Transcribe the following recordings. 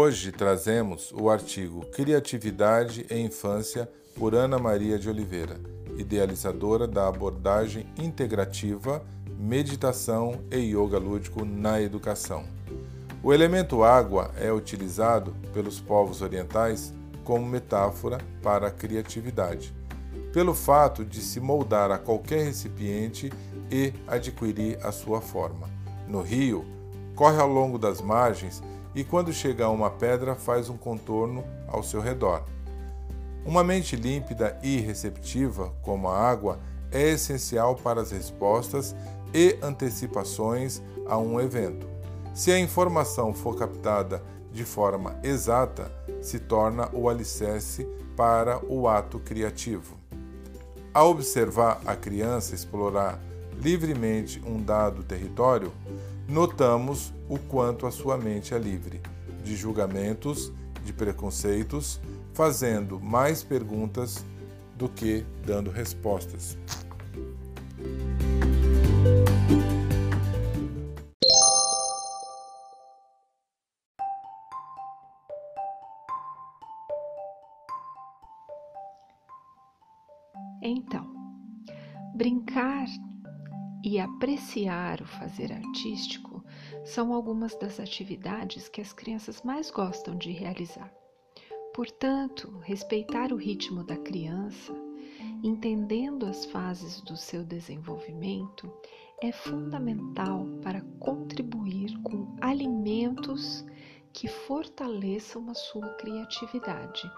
Hoje trazemos o artigo Criatividade e Infância por Ana Maria de Oliveira, idealizadora da abordagem integrativa, meditação e yoga lúdico na educação. O elemento água é utilizado pelos povos orientais como metáfora para a criatividade, pelo fato de se moldar a qualquer recipiente e adquirir a sua forma. No rio, corre ao longo das margens e quando chega a uma pedra faz um contorno ao seu redor. Uma mente límpida e receptiva, como a água, é essencial para as respostas e antecipações a um evento. Se a informação for captada de forma exata, se torna o alicerce para o ato criativo. Ao observar a criança explorar livremente um dado território, notamos o quanto a sua mente é livre de julgamentos, de preconceitos, fazendo mais perguntas do que dando respostas. Então, brincar e apreciar o fazer artístico são algumas das atividades que as crianças mais gostam de realizar. Portanto, respeitar o ritmo da criança, entendendo as fases do seu desenvolvimento, é fundamental para contribuir com alimentos que fortaleçam a sua criatividade,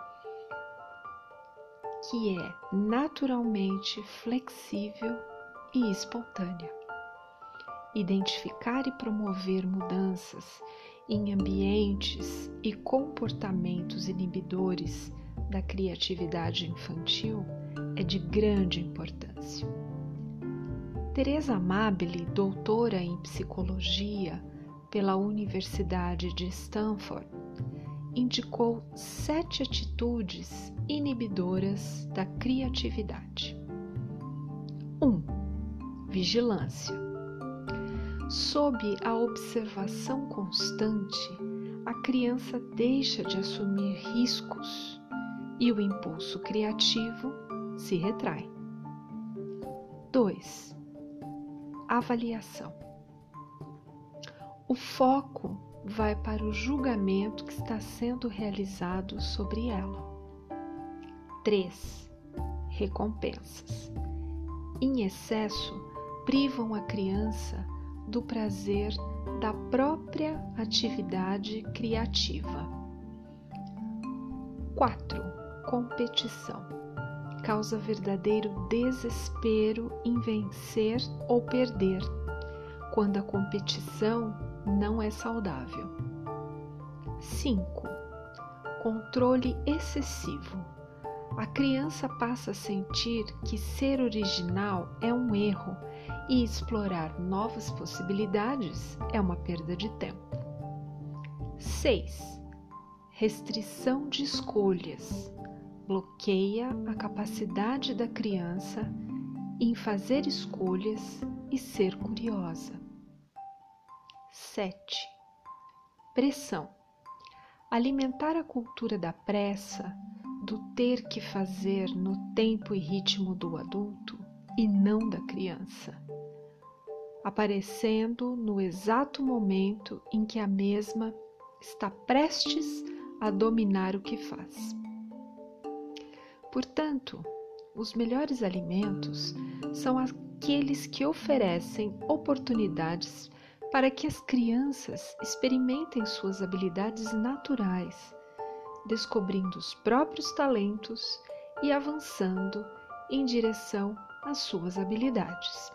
que é naturalmente flexível e espontânea. Identificar e promover mudanças em ambientes e comportamentos inibidores da criatividade infantil é de grande importância. Teresa Amabile, doutora em psicologia pela Universidade de Stanford, indicou 7 atitudes inibidoras da criatividade. 1. Vigilância. Sob a observação constante, a criança deixa de assumir riscos e o impulso criativo se retrai. 2. Avaliação. O foco vai para o julgamento que está sendo realizado sobre ela. 3. Recompensas. Em excesso, privam a criança do prazer da própria atividade criativa. 4. Competição. Causa verdadeiro desespero em vencer ou perder, quando a competição não é saudável. 5. Controle excessivo. A criança passa a sentir que ser original é um erro e explorar novas possibilidades é uma perda de tempo. 6. Restrição de escolhas. Bloqueia a capacidade da criança em fazer escolhas e ser curiosa. 7. Pressão. Alimentar a cultura da pressa, do ter que fazer no tempo e ritmo do adulto e não da criança, aparecendo no exato momento em que a mesma está prestes a dominar o que faz. Portanto, os melhores alimentos são aqueles que oferecem oportunidades para que as crianças experimentem suas habilidades naturais, descobrindo os próprios talentos e avançando em direção às suas habilidades.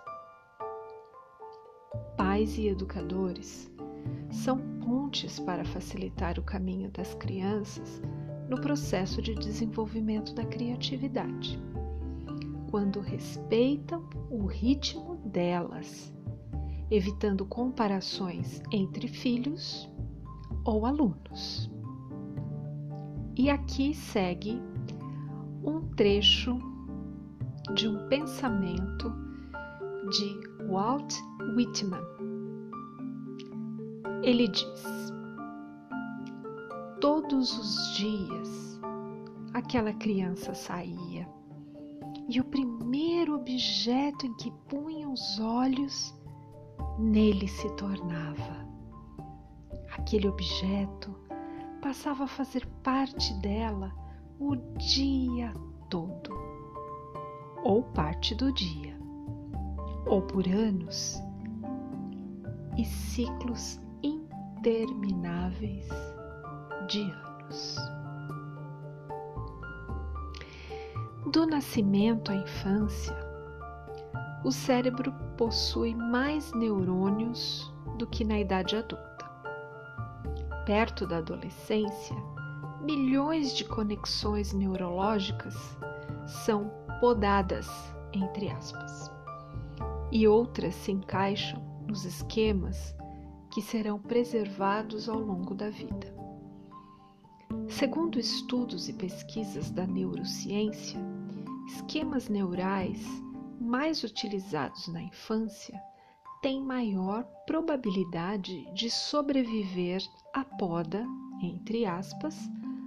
Pais e educadores são pontes para facilitar o caminho das crianças no processo de desenvolvimento da criatividade, quando respeitam o ritmo delas, evitando comparações entre filhos ou alunos. E aqui segue um trecho de um pensamento de Walt Whitman. Ele diz: todos os dias, aquela criança saía e o primeiro objeto em que punha os olhos nele se tornava. Aquele objeto passava a fazer parte dela o dia todo, ou parte do dia, ou por anos e ciclos intermináveis de anos. Do nascimento à infância, o cérebro possui mais neurônios do que na idade adulta. Perto da adolescência, milhões de conexões neurológicas são podadas, entre aspas, e outras se encaixam nos esquemas que serão preservados ao longo da vida. Segundo estudos e pesquisas da neurociência, esquemas neurais mais utilizados na infância têm maior probabilidade de sobreviver à poda, entre aspas,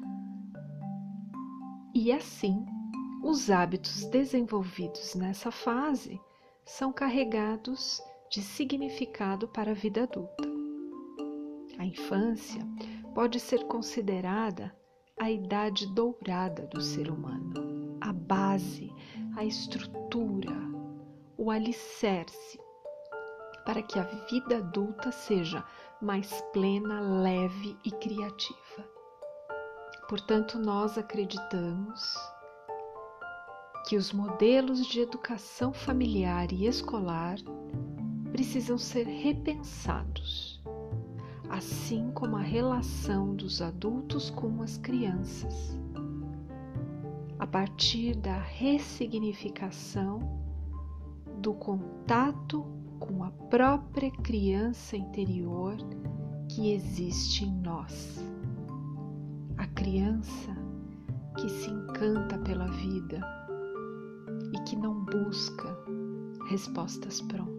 e assim os hábitos desenvolvidos nessa fase são carregados de significado para a vida adulta. A infância pode ser considerada a idade dourada do ser humano, a base, a estrutura, o alicerce, para que a vida adulta seja mais plena, leve e criativa. Portanto, nós acreditamos que os modelos de educação familiar e escolar precisam ser repensados, assim como a relação dos adultos com as crianças, a partir da ressignificação do contato com a própria criança interior que existe em nós. A criança que se encanta pela vida e que não busca respostas prontas.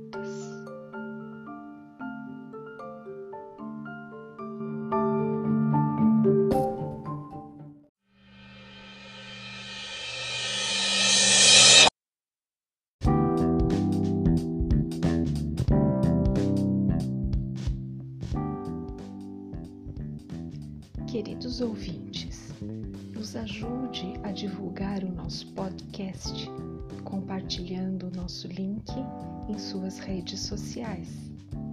Queridos ouvintes, nos ajude a divulgar o nosso podcast, compartilhando o nosso link em suas redes sociais.